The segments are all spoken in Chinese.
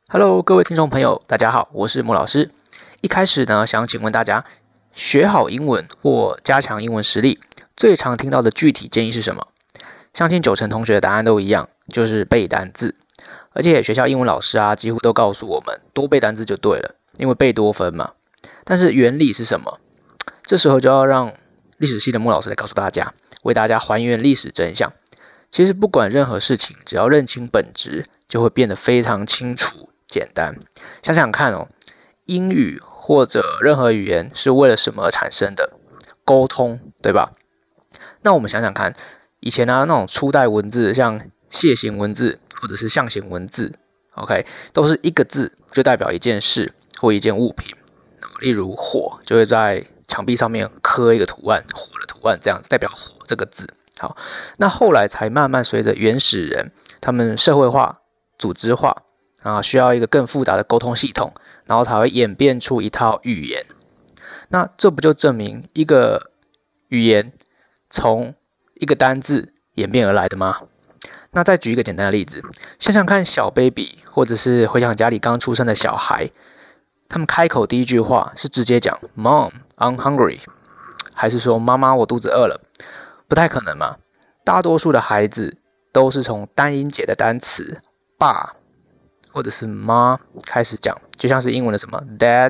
Hello，各位听众朋友，大家好，我是莫老师。一开始呢，想请问大家，学好英文或加强英文实力，最常听到的具体建议是什么？相信90%同学的答案都一样，就是背单字。而且学校英文老师几乎都告诉我们，多背单字就对了，因为背多分嘛。但是原理是什么？这时候就要让历史系的莫老师来告诉大家，为大家还原历史真相。其实不管任何事情，只要认清本质，就会变得非常清楚。简单，想想看哦，英语或者任何语言是为了什么而产生的？沟通，对吧？那我们想想看，以前那种初代文字，像楔形文字或者是象形文字 ，OK， 都是一个字就代表一件事或一件物品。例如火，就会在墙壁上面刻一个图案，火的图案，这样代表火这个字。好，那后来才慢慢随着原始人他们社会化、组织化。需要一个更复杂的沟通系统，然后才会演变出一套语言。那这不就证明一个语言从一个单字演变而来的吗？那再举一个简单的例子，想想看小 baby 或者是回想家里刚出生的小孩，他们开口第一句话是直接讲 Mom, I'm hungry， 还是说妈妈我肚子饿了？不太可能嘛。大多数的孩子都是从单音节的单词爸或者是妈开始讲，就像是英文的什么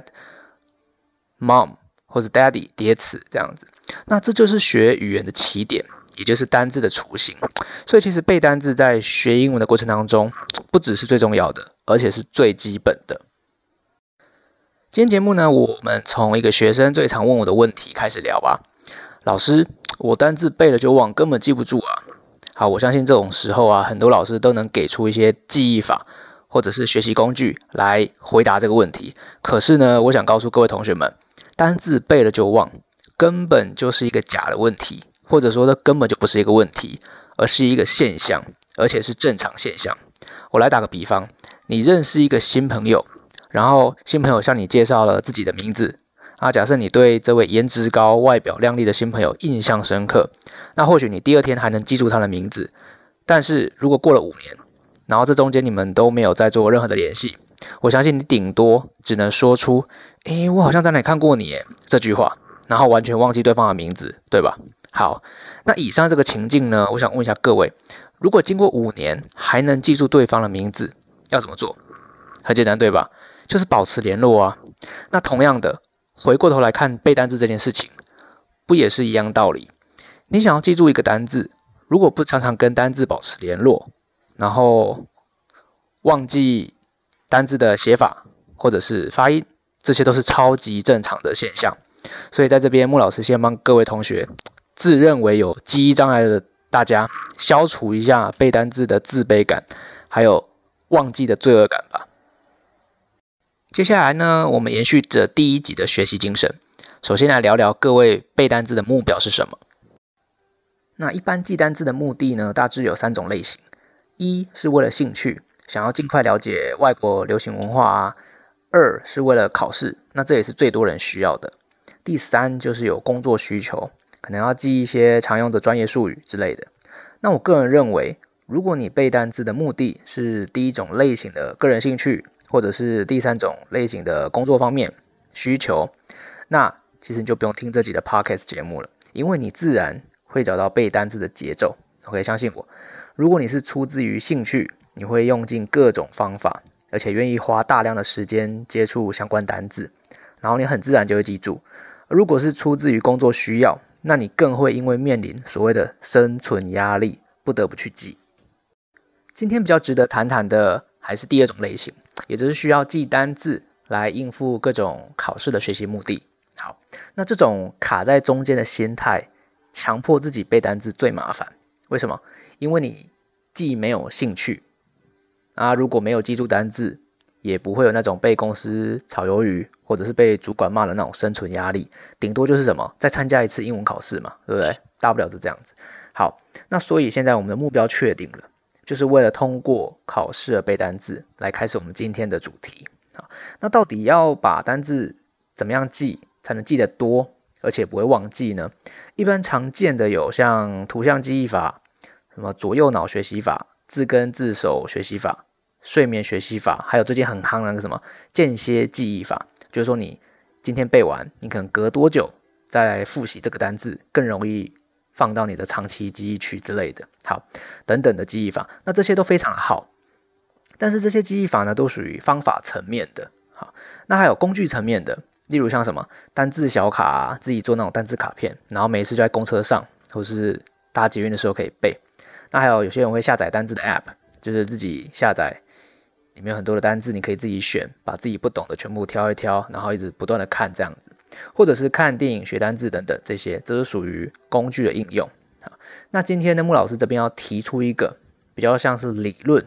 dad、mom 或者 daddy 叠词这样子。那这就是学语言的起点，也就是单字的雏形。所以其实背单字在学英文的过程当中，不只是最重要的，而且是最基本的。今天节目呢，我们从一个学生最常问我的问题开始聊吧。老师，我单字背了就忘，根本记不住啊。好，我相信这种时候很多老师都能给出一些记忆法。或者是学习工具来回答这个问题。可是呢，我想告诉各位同学们，单字背了就忘，根本就是一个假的问题，或者说它根本就不是一个问题，而是一个现象，而且是正常现象。我来打个比方，你认识一个新朋友，然后新朋友向你介绍了自己的名字。假设你对这位颜值高、外表靓丽的新朋友印象深刻，那或许你第二天还能记住他的名字。但是如果过了5年，然后这中间你们都没有再做任何的联系，我相信你顶多只能说出我好像在哪里看过你耶这句话，然后完全忘记对方的名字，对吧？好，那以上这个情境呢，我想问一下各位，如果经过5年还能记住对方的名字，要怎么做？很简单，对吧？就是保持联络啊。那同样的，回过头来看背单字这件事情，不也是一样道理？你想要记住一个单字，如果不常常跟单字保持联络，然后忘记单字的写法或者是发音，这些都是超级正常的现象。所以在这边，穆老师先帮各位同学自认为有记忆障碍的大家消除一下背单字的自卑感，还有忘记的罪恶感吧。接下来呢，我们延续着第1集的学习精神，首先来聊聊各位背单字的目标是什么。那一般记单字的目的呢，大致有3种类型。1是为了兴趣，想要尽快了解外国流行文化2是为了考试，那这也是最多人需要的。第3就是有工作需求，可能要记一些常用的专业术语之类的。那我个人认为，如果你背单字的目的是第1种类型的个人兴趣，或者是第3种类型的工作方面需求，那其实你就不用听这集的 podcast 节目了，因为你自然会找到背单字的节奏。OK， 相信我。如果你是出自于兴趣，你会用尽各种方法，而且愿意花大量的时间接触相关单字，然后你很自然就会记住。如果是出自于工作需要，那你更会因为面临所谓的生存压力，不得不去记。今天比较值得谈谈的还是第2种类型，也就是需要记单字来应付各种考试的学习目的。好，那这种卡在中间的心态，强迫自己背单字最麻烦。为什么？因为你既没有兴趣如果没有记住单字，也不会有那种被公司炒鱿鱼或者是被主管骂的那种生存压力，顶多就是什么再参加一次英文考试嘛，对不对？大不了是这样子。好，那所以现在我们的目标确定了，就是为了通过考试而背单字，来开始我们今天的主题。好，那到底要把单字怎么样记才能记得多而且不会忘记呢？一般常见的有像图像记忆法、什么左右脑学习法、字根字首学习法睡眠学习法，还有最近很夯的那个什么间歇记忆法，就是说你今天背完，你可能隔多久再来复习这个单字，更容易放到你的长期记忆区之类的。好，等等的记忆法，那这些都非常的好。但是这些记忆法呢，都属于方法层面的。好，那还有工具层面的，例如像什么单字小卡啊，自己做那种单字卡片，然后每次就在公车上或是搭捷运的时候可以背。那还有些人会下载单字的 App， 就是自己下载，里面有很多的单字，你可以自己选，把自己不懂的全部挑一挑，然后一直不断的看这样子，或者是看电影学单字等等，这些这是属于工具的应用。好，那今天呢，穆老师这边要提出一个比较像是理论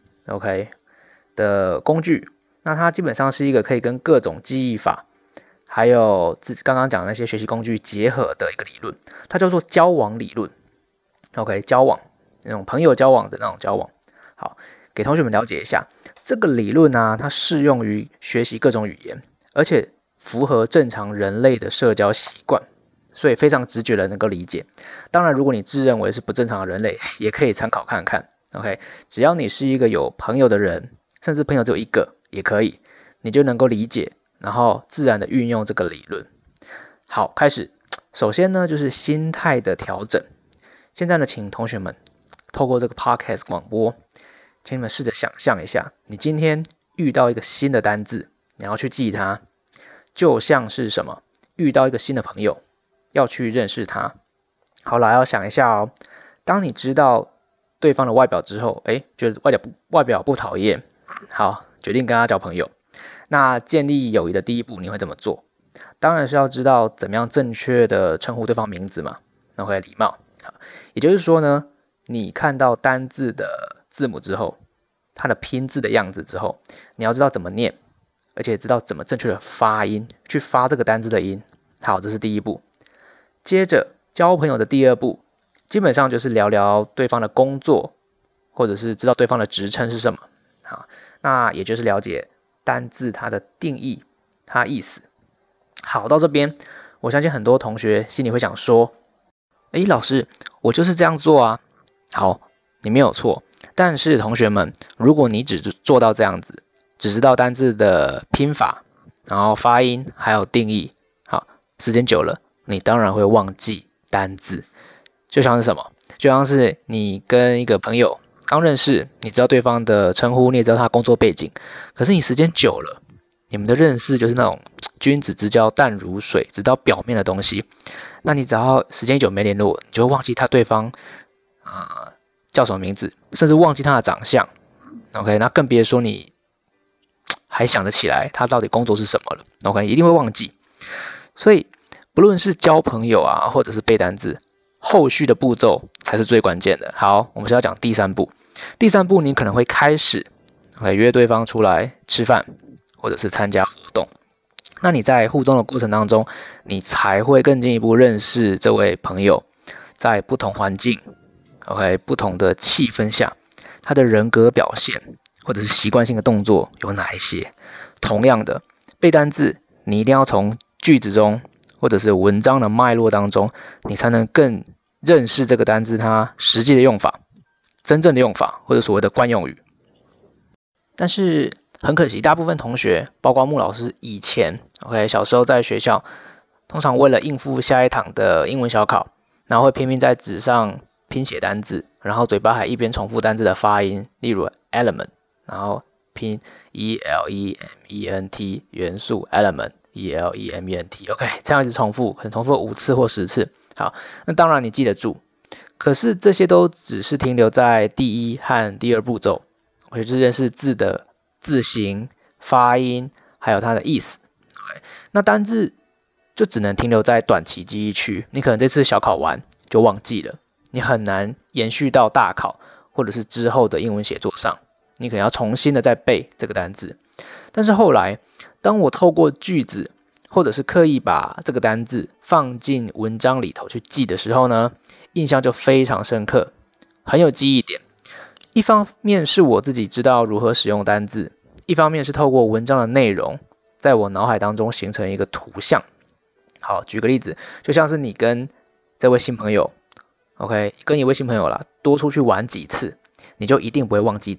OK 的工具，那它基本上是一个可以跟各种记忆法还有刚刚讲的那些学习工具结合的一个理论，它叫做交往理论。OK， 交往那种朋友交往的那种交往。好，给同学们了解一下这个理论啊，它适用于学习各种语言，而且符合正常人类的社交习惯，所以非常直觉的能够理解。当然，如果你自认为是不正常的人类，也可以参考看看。OK， 只要你是一个有朋友的人，甚至朋友只有一个也可以，你就能够理解，然后自然的运用这个理论。好，开始。首先呢，就是心态的调整。现在呢，请同学们透过这个 podcast 广播，请你们试着想象一下，你今天遇到一个新的单字，你要去记它，就像是什么？遇到一个新的朋友，要去认识他。好啦，要想一下哦。当你知道对方的外表之后，觉得外表不讨厌，好，决定跟他交朋友。那建立友谊的第一步，你会怎么做？当然是要知道怎么样正确的称呼对方名字嘛。OK， 礼貌。也就是说呢，你看到单字的字母之后，它的拼字的样子之后，你要知道怎么念，而且知道怎么正确的发音，去发这个单字的音。好，这是第一步。接着交朋友的第二步，基本上就是聊聊对方的工作，或者是知道对方的职称是什么。好，那也就是了解单字它的定义，它意思。好，到这边，我相信很多同学心里会想说，老师，我就是这样做啊。好，你没有错。但是同学们，如果你只做到这样子，只知道单字的拼法，然后发音还有定义，好，时间久了，你当然会忘记单字。就像是什么？就像是你跟一个朋友刚认识，你知道对方的称呼，你也知道他工作背景，可是你时间久了，你们的认识就是那种君子之交淡如水，只知道表面的东西。那你只要时间一久没联络，你就会忘记对方叫什么名字，甚至忘记他的长相。OK， 那更别说你还想得起来他到底工作是什么了。OK， 一定会忘记。所以不论是交朋友啊，或者是背单字，后续的步骤才是最关键的。好，我们现在要讲第三步。第三步，你可能会开始约对方出来吃饭，或者是参加活动。那你在互动的过程当中，你才会更进一步认识这位朋友，在不同环境不同的气氛下，他的人格表现或者是习惯性的动作有哪一些。同样的，背单字你一定要从句子中或者是文章的脉络当中，你才能更认识这个单字它实际的用法，真正的用法，或者所谓的惯用语。但是很可惜，大部分同学，包括穆老师以前小时候在学校，通常为了应付下一堂的英文小考，然后会拼命在纸上拼写单字，然后嘴巴还一边重复单字的发音，例如 element， 然后拼 element 元素 element element OK， 这样一直重复，可能重复5次或10次。好，那当然你记得住，可是这些都只是停留在第一和第二步骤，就是认识字的字形、发音，还有它的意思。那单字就只能停留在短期记忆区，你可能这次小考完就忘记了，你很难延续到大考或者是之后的英文写作上，你可能要重新的再背这个单字。但是后来，当我透过句子或者是刻意把这个单字放进文章里头去记的时候呢，印象就非常深刻，很有记忆点。一方面是我自己知道如何使用单字，一方面是透过文章的内容在我脑海当中形成一个图像。好，举个例子，就像是你跟这位新朋友跟一位新朋友啦，多出去玩几次，你就一定不会忘记他。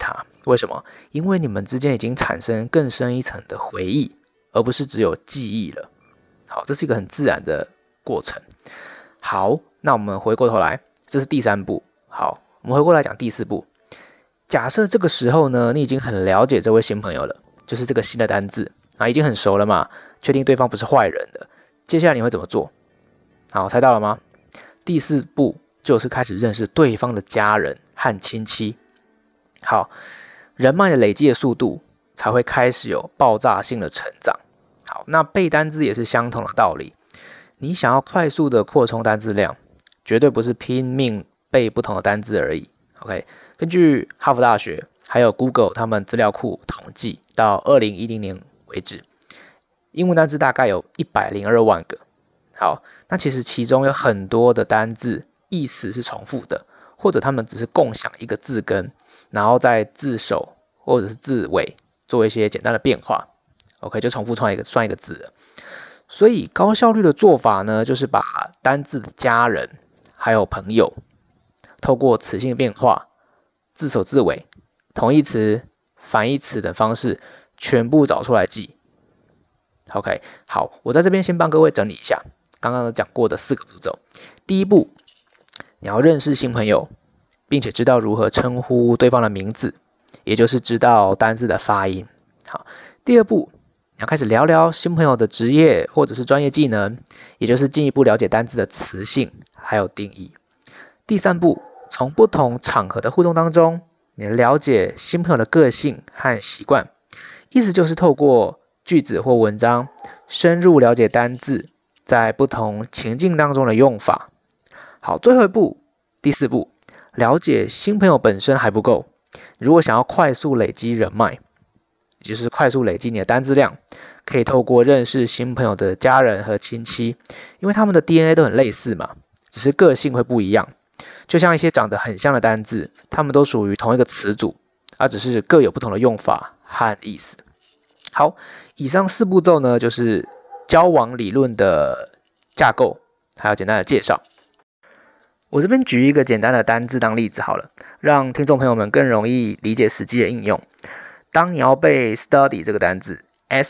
为什么？因为你们之间已经产生更深一层的回忆，而不是只有记忆了。好，这是一个很自然的过程。好，那我们回过头来，这是第3步。好，我们回过来讲第4步。假设这个时候呢，你已经很了解这位新朋友了，就是这个新的单字啊，已经很熟了嘛，确定对方不是坏人了。接下来你会怎么做？好，猜到了吗？第4步就是开始认识对方的家人和亲戚。好，人脉的累积的速度才会开始有爆炸性的成长。好，那背单字也是相同的道理。你想要快速的扩充单字量，绝对不是拼命背不同的单字而已。OK， 根据哈佛大学还有 Google 他们资料库统计，到2010年为止，英文单字大概有102万个。好，那其实其中有很多的单字意思是重复的，或者他们只是共享一个字根，然后在字首或者是字尾做一些简单的变化。OK， 就重复算一个字了。所以高效率的做法呢，就是把单字的家人还有朋友，透过词性变化、字首字尾、同义词、反义词等方式，全部找出来记。OK， 好，我在这边先帮各位整理一下刚刚讲过的4个步骤。第1步，你要认识新朋友，并且知道如何称呼对方的名字，也就是知道单字的发音。好，第2步，你要开始聊聊新朋友的职业或者是专业技能，也就是进一步了解单字的词性还有定义。第3步，从不同场合的互动当中，你了解新朋友的个性和习惯，意思就是透过句子或文章，深入了解单字在不同情境当中的用法。好，最后一步，第4步，了解新朋友本身还不够，如果想要快速累积人脉，也就是快速累积你的单字量，可以透过认识新朋友的家人和亲戚，因为他们的 DNA 都很类似嘛，只是个性会不一样。就像一些长得很像的单字，他们都属于同一个词组，而只是各有不同的用法和意思。好，以上4步骤呢，就是交往理论的架构，还有简单的介绍。我这边举一个简单的单字当例子好了，让听众朋友们更容易理解实际的应用。当你要背 study 这个单字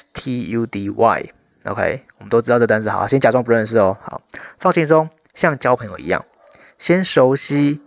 ，study， OK， 我们都知道这单字，好，先假装不认识哦。好，放轻松，像交朋友一样，先熟悉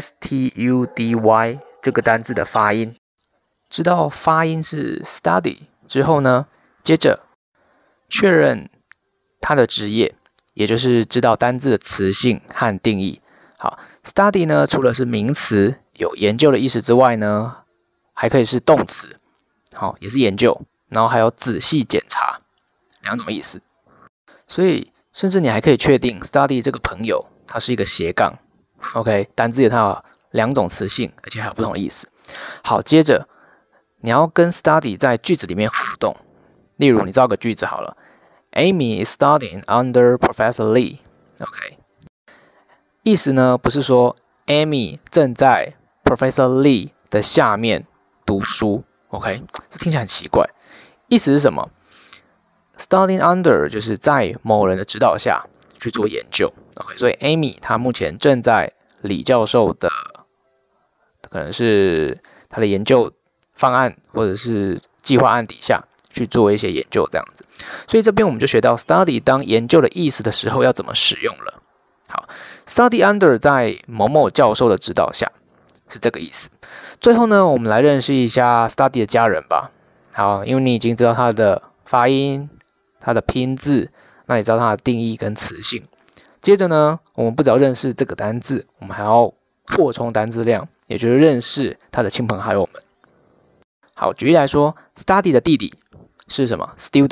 study 这个单字的发音，知道发音是 study 之后呢，接着确认它的职业，也就是知道单字的词性和定义。好 ，study 呢，除了是名词有研究的意思之外呢，还可以是动词，好，也是研究，然后还有仔细检查2种意思。所以，甚至你还可以确定 study 这个朋友，它是一个斜杠。OK， 单字它有2种词性，而且还有不同的意思。好，接着你要跟 study 在句子里面互动。例如，你造个句子好了 ，Amy is studying under Professor Lee。OK， 意思呢不是说 Amy 正在 Professor Lee 的下面读书。OK， 这听起来很奇怪。意思是什么 ？Studying under 就是在某人的指导下去做研究。OK， 所以 Amy 她目前正在李教授的，可能是他的研究方案或者是计划案底下去做一些研究这样子。所以这边我们就学到 study 当研究的意思的时候要怎么使用了。好 ，study under 在某某教授的指导下是这个意思。最后呢，我们来认识一下 study 的家人吧。好，因为你已经知道它的发音、它的拼字，那你知道它的定义跟词性。接着呢，我们不只要认识这个单字，我们还要扩充单字量，也就是认识他的亲朋好友们。好，举例来说 ，study 的弟弟是什么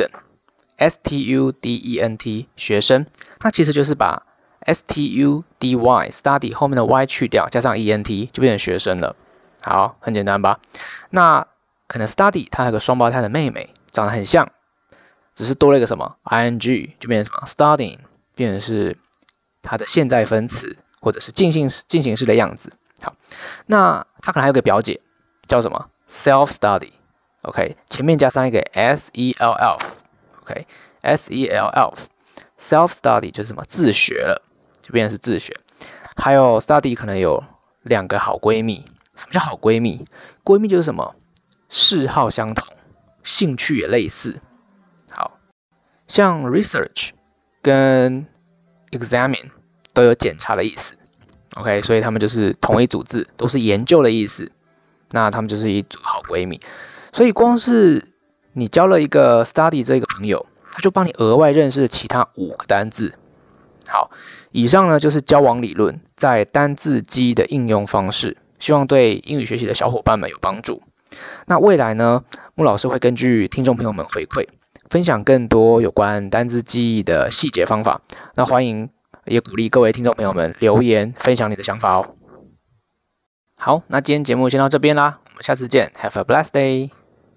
？student，student， 学生，那其实就是把 study study 后面的 y 去掉，加上 ent 就变成学生了。好，很简单吧？那可能 study 他有个双胞胎的妹妹，长得很像，只是多了一个什么 ing 就变成什么 studying， 变成是它的现在分词或者是进行式的样子。好，那他可能还有个表姐叫什么 self study。OK， 前面加上一个 self。OK，self self study 就是什么自学了，就变成是自学。还有 study 可能有2个好闺蜜。什么叫好闺蜜？闺蜜就是什么？ 嗜好相同，兴趣也类似。好，像 research 跟 examine 都有检查的意思。OK， 所以他们就是同一组字，都是研究的意思。那他们就是一组好闺蜜。所以光是你交了一个 study 这个朋友，他就帮你额外认识了其他5个单字。好，以上呢就是交往理论在单字记忆的应用方式，希望对英语学习的小伙伴们有帮助。那未来呢，穆老师会根据听众朋友们回馈，分享更多有关单字记忆的细节方法。那欢迎也鼓励各位听众朋友们留言分享你的想法哦。好，那今天节目先到这边啦，我们下次见 ，Have a blessed day。